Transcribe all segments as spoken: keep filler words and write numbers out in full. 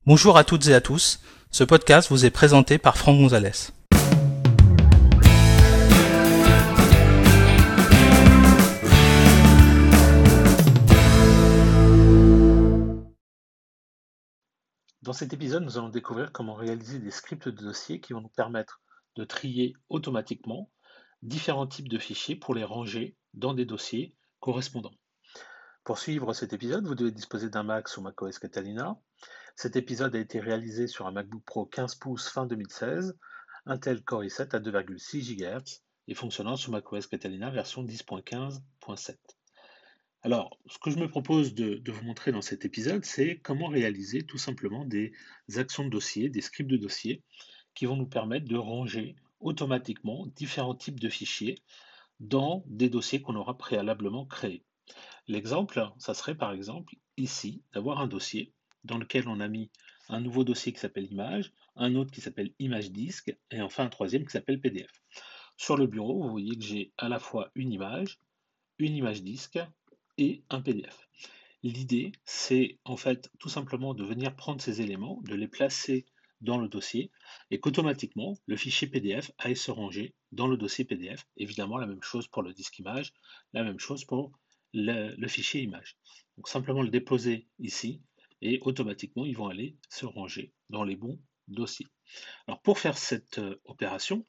Bonjour à toutes et à tous, ce podcast vous est présenté par Franck Gonzalez. Dans cet épisode, nous allons découvrir comment réaliser des scripts de dossiers qui vont nous permettre de trier automatiquement différents types de fichiers pour les ranger dans des dossiers correspondants. Pour suivre cet épisode, vous devez disposer d'un Mac sous macOS Catalina. Cet épisode a été réalisé sur un MacBook Pro quinze pouces fin deux mille seize, Intel Core i sept à deux virgule six gigahertz et fonctionnant sous macOS Catalina version dix point quinze point sept. Alors, ce que je me propose de, de vous montrer dans cet épisode, c'est comment réaliser tout simplement des actions de dossier, des scripts de dossier, qui vont nous permettre de ranger automatiquement différents types de fichiers dans des dossiers qu'on aura préalablement créés. L'exemple, ça serait par exemple ici d'avoir un dossier dans lequel on a mis un nouveau dossier qui s'appelle image, un autre qui s'appelle image disque, et enfin un troisième qui s'appelle P D F. Sur le bureau, vous voyez que j'ai à la fois une image, une image disque et un P D F. L'idée, c'est en fait tout simplement de venir prendre ces éléments, de les placer dans le dossier et qu'automatiquement le fichier P D F aille se ranger dans le dossier P D F. Évidemment, la même chose pour le disque image, la même chose pour le, le fichier image. Donc simplement le déposer ici et automatiquement ils vont aller se ranger dans les bons dossiers. Alors pour faire cette euh, opération,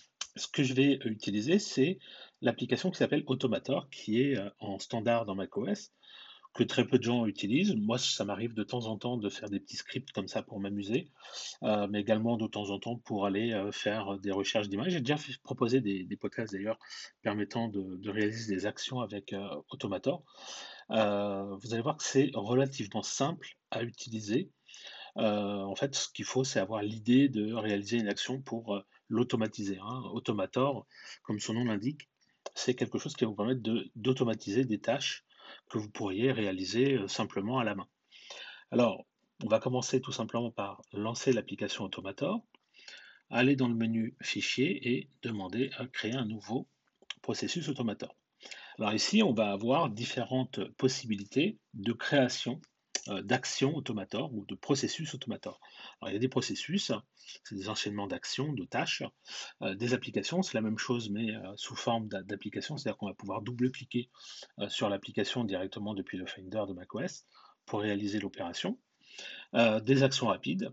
ce que je vais utiliser, c'est l'application qui s'appelle Automator, qui est euh, en standard dans macOS, que très peu de gens utilisent. Moi, ça m'arrive de temps en temps de faire des petits scripts comme ça pour m'amuser, euh, mais également de temps en temps pour aller euh, faire des recherches d'images. J'ai déjà fait- proposé des, des podcasts d'ailleurs permettant de, de réaliser des actions avec euh, Automator. Euh, vous allez voir que c'est relativement simple à utiliser. Euh, en fait, ce qu'il faut, c'est avoir l'idée de réaliser une action pour euh, l'automatiser, hein. Automator, comme son nom l'indique, c'est quelque chose qui va vous permettre de- d'automatiser des tâches que vous pourriez réaliser euh, simplement à la main. Alors, on va commencer tout simplement par lancer l'application Automator, aller dans le menu Fichier et demander à créer un nouveau processus Automator. Alors ici, on va avoir différentes possibilités de création euh, d'actions Automator ou de processus Automator. Alors il y a des processus, c'est des enchaînements d'actions, de tâches. Euh, des applications, c'est la même chose, mais euh, sous forme d'a- d'application, c'est-à-dire qu'on va pouvoir double-cliquer euh, sur l'application directement depuis le Finder de macOS pour réaliser l'opération. Euh, des actions rapides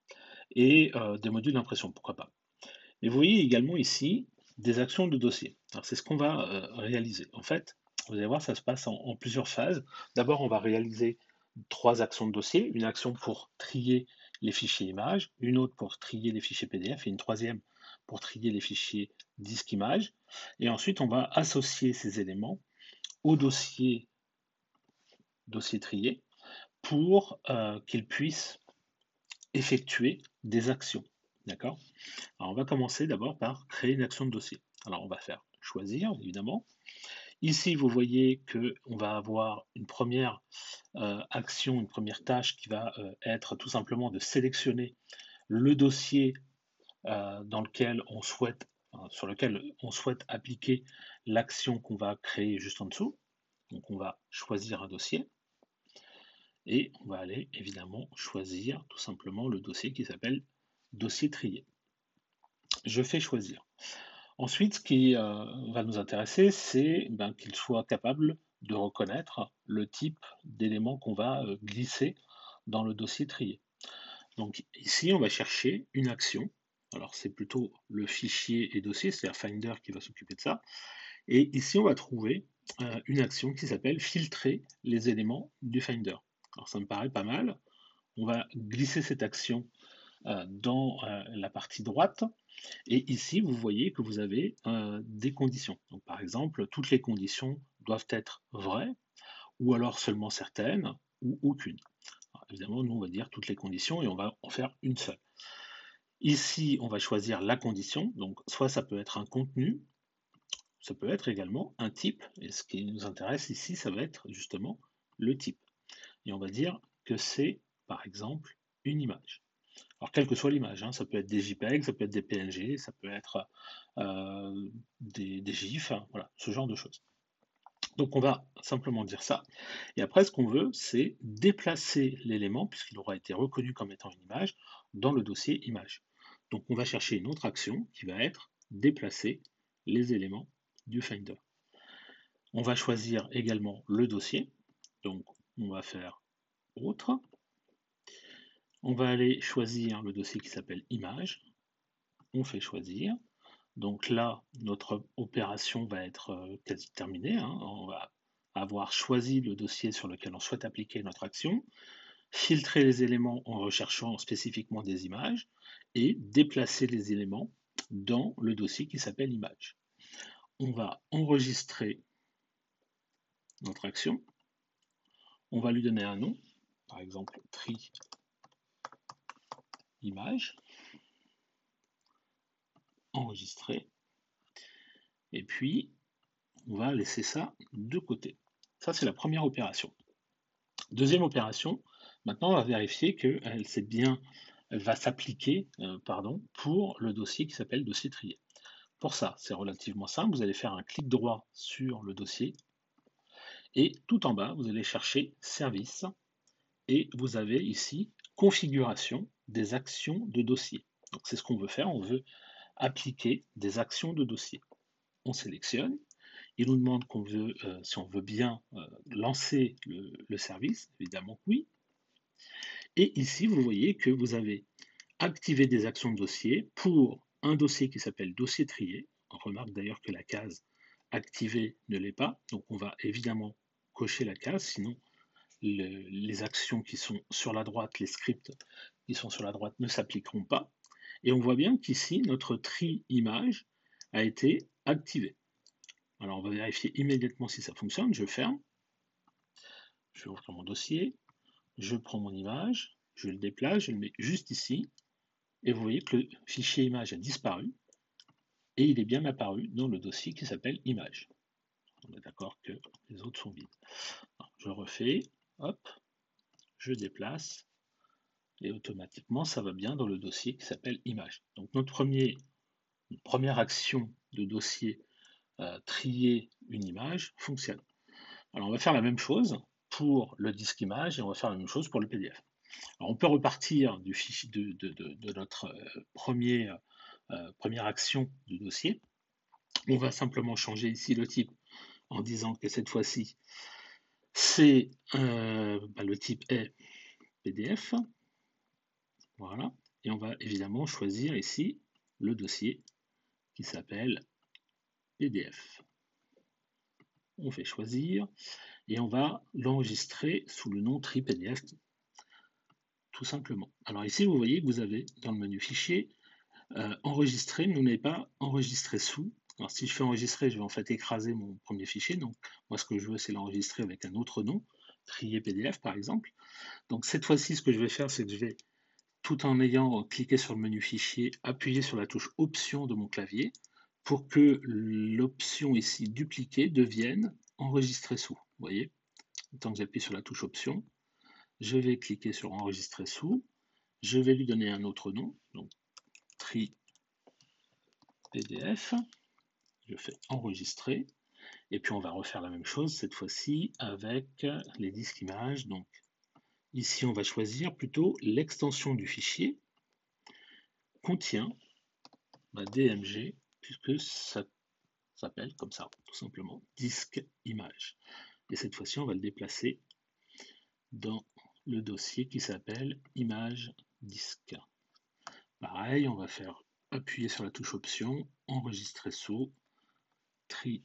et euh, des modules d'impression, pourquoi pas. Et vous voyez également ici des actions de dossier. Alors c'est ce qu'on va euh, réaliser. En fait, vous allez voir, ça se passe en, en plusieurs phases. D'abord, on va réaliser trois actions de dossier. Une action pour trier les fichiers images, une autre pour trier les fichiers P D F et une troisième pour trier les fichiers disque image. Et ensuite, on va associer ces éléments au dossier, dossier trié pour euh, qu'ils puissent effectuer des actions. D'accord? Alors, on va commencer d'abord par créer une action de dossier. Alors, on va faire choisir, évidemment. Ici, vous voyez qu'on va avoir une première euh, action, une première tâche qui va euh, être tout simplement de sélectionner le dossier euh, dans lequel on souhaite, euh, sur lequel on souhaite appliquer l'action qu'on va créer juste en dessous. Donc, on va choisir un dossier et on va aller évidemment choisir tout simplement le dossier qui s'appelle dossier trié. Je fais choisir. Ensuite, ce qui euh, va nous intéresser, c'est ben, qu'il soit capable de reconnaître le type d'élément qu'on va euh, glisser dans le dossier trié. Donc ici, on va chercher une action. Alors c'est plutôt le fichier et dossier, c'est-à-dire Finder qui va s'occuper de ça. Et ici, on va trouver euh, une action qui s'appelle filtrer les éléments du Finder. Alors ça me paraît pas mal. On va glisser cette action euh, dans euh, la partie droite. Et ici, vous voyez que vous avez euh, des conditions. Donc, par exemple, toutes les conditions doivent être vraies, ou alors seulement certaines, ou aucune. Alors, évidemment, nous, on va dire toutes les conditions et on va en faire une seule. Ici, on va choisir la condition. Donc, soit ça peut être un contenu, ça peut être également un type. Et ce qui nous intéresse ici, ça va être justement le type. Et on va dire que c'est, par exemple, une image. Alors, quelle que soit l'image, hein, ça peut être des JPEG, ça peut être des P N G, ça peut être euh, des, des GIFs, hein, voilà, ce genre de choses. Donc on va simplement dire ça. Et après, ce qu'on veut, c'est déplacer l'élément, puisqu'il aura été reconnu comme étant une image, dans le dossier image. Donc on va chercher une autre action qui va être déplacer les éléments du Finder. On va choisir également le dossier. Donc on va faire autre. On va aller choisir le dossier qui s'appelle image. On fait choisir. Donc là, notre opération va être euh, quasi terminée, hein. On va avoir choisi le dossier sur lequel on souhaite appliquer notre action, filtrer les éléments en recherchant spécifiquement des images et déplacer les éléments dans le dossier qui s'appelle image. On va enregistrer notre action. On va lui donner un nom, par exemple tri image, enregistrer, et puis on va laisser ça de côté. Ça, c'est la première opération. Deuxième opération, maintenant on va vérifier qu'elle s'est bien, elle va s'appliquer euh, pardon, pour le dossier qui s'appelle dossier trié. Pour ça, c'est relativement simple, vous allez faire un clic droit sur le dossier et tout en bas, vous allez chercher Service et vous avez ici Configuration des actions de dossier. Donc c'est ce qu'on veut faire, on veut appliquer des actions de dossier. On sélectionne, il nous demande qu'on veut, euh, si on veut bien euh, lancer le, le service, évidemment que oui. Et ici, vous voyez que vous avez activé des actions de dossier pour un dossier qui s'appelle dossier trié. On remarque d'ailleurs que la case activée ne l'est pas, donc on va évidemment cocher la case, sinon le, les actions qui sont sur la droite, les scripts qui sont sur la droite ne s'appliqueront pas. Et on voit bien qu'ici, notre tri image a été activé. Alors on va vérifier immédiatement si ça fonctionne. Je ferme, je vais ouvrir mon dossier, je prends mon image, je le déplace, je le mets juste ici, et vous voyez que le fichier image a disparu, et il est bien apparu dans le dossier qui s'appelle image. On est d'accord que les autres sont vides. Alors, je refais, hop, je déplace, et automatiquement ça va bien dans le dossier qui s'appelle image. Donc notre premier, notre première action de dossier euh, trier une image fonctionne. Alors on va faire la même chose pour le disque image et on va faire la même chose pour le P D F. Alors on peut repartir du fichier de, de, de, de notre euh, premier, euh, première action du dossier. On va simplement changer ici le type en disant que cette fois-ci c'est euh, bah, le type est P D F. Voilà. Et on va évidemment choisir ici le dossier qui s'appelle P D F. On fait choisir et on va l'enregistrer sous le nom tri P D F tout simplement. Alors ici vous voyez que vous avez dans le menu fichier euh, enregistrer, mais vous n'avez pas enregistré sous. Alors si je fais enregistrer, je vais en fait écraser mon premier fichier. Donc moi ce que je veux c'est l'enregistrer avec un autre nom, trier P D F par exemple. Donc cette fois-ci ce que je vais faire c'est que je vais, tout en ayant cliqué sur le menu fichier, appuyer sur la touche option de mon clavier pour que l'option ici dupliquer devienne enregistrer sous. Vous voyez, tant que j'appuie sur la touche option, je vais cliquer sur enregistrer sous, je vais lui donner un autre nom, donc tri P D F, je fais enregistrer, et puis on va refaire la même chose cette fois-ci avec les disques images. Donc ici on va choisir plutôt l'extension du fichier contient bah, D M G, puisque ça s'appelle comme ça, tout simplement, disque image. Et cette fois-ci on va le déplacer dans le dossier qui s'appelle image disque. Pareil, on va faire appuyer sur la touche option, enregistrer sous, tri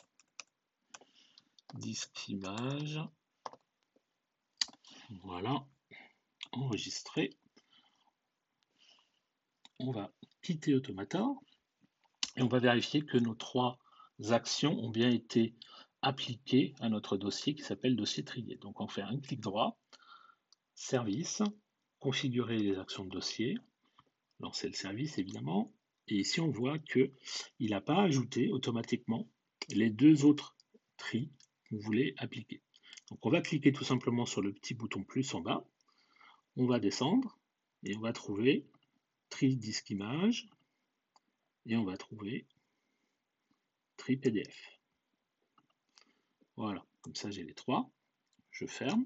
disque image, voilà, enregistrer. On va quitter Automator et on va vérifier que nos trois actions ont bien été appliquées à notre dossier qui s'appelle dossier trié. Donc on fait un clic droit, service, configurer les actions de dossier, lancer le service évidemment, et ici on voit qu'il n'a pas ajouté automatiquement les deux autres tris qu'on voulait appliquer. Donc on va cliquer tout simplement sur le petit bouton plus en bas, on va descendre et on va trouver tri disque image et on va trouver tri P D F. Voilà, comme ça j'ai les trois. Je ferme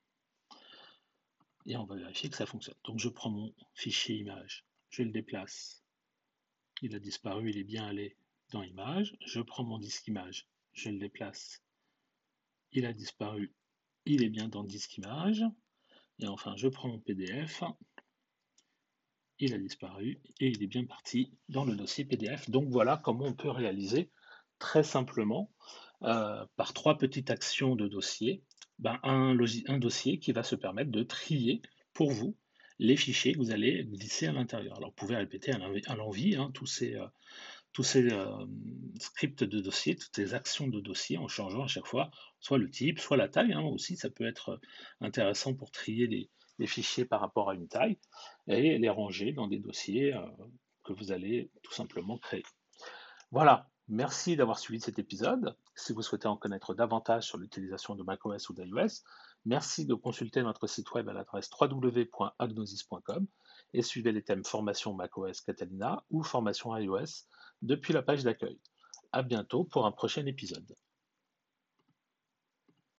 et on va vérifier que ça fonctionne. Donc je prends mon fichier image, je le déplace. Il a disparu, il est bien allé dans Images. Je prends mon disque image, je le déplace. Il a disparu, il est bien dans disque image. Et enfin, je prends mon P D F. Il a disparu et il est bien parti dans le dossier P D F. Donc voilà comment on peut réaliser très simplement euh, par trois petites actions de dossier, ben, un, un dossier qui va se permettre de trier pour vous les fichiers que vous allez glisser à l'intérieur. Alors vous pouvez répéter à l'envie hein, tous ces, euh, tous ces euh, scripts de dossier, toutes ces actions de dossier en changeant à chaque fois soit le type, soit la taille hein, aussi, ça peut être intéressant pour trier les, les fichiers par rapport à une taille et les ranger dans des dossiers euh, que vous allez tout simplement créer. Voilà, merci d'avoir suivi cet épisode. Si vous souhaitez en connaître davantage sur l'utilisation de macOS ou d'iOS, merci de consulter notre site web à l'adresse w w w point agnosis point com et suivez les thèmes formation macOS Catalina ou formation iOS depuis la page d'accueil. À bientôt pour un prochain épisode.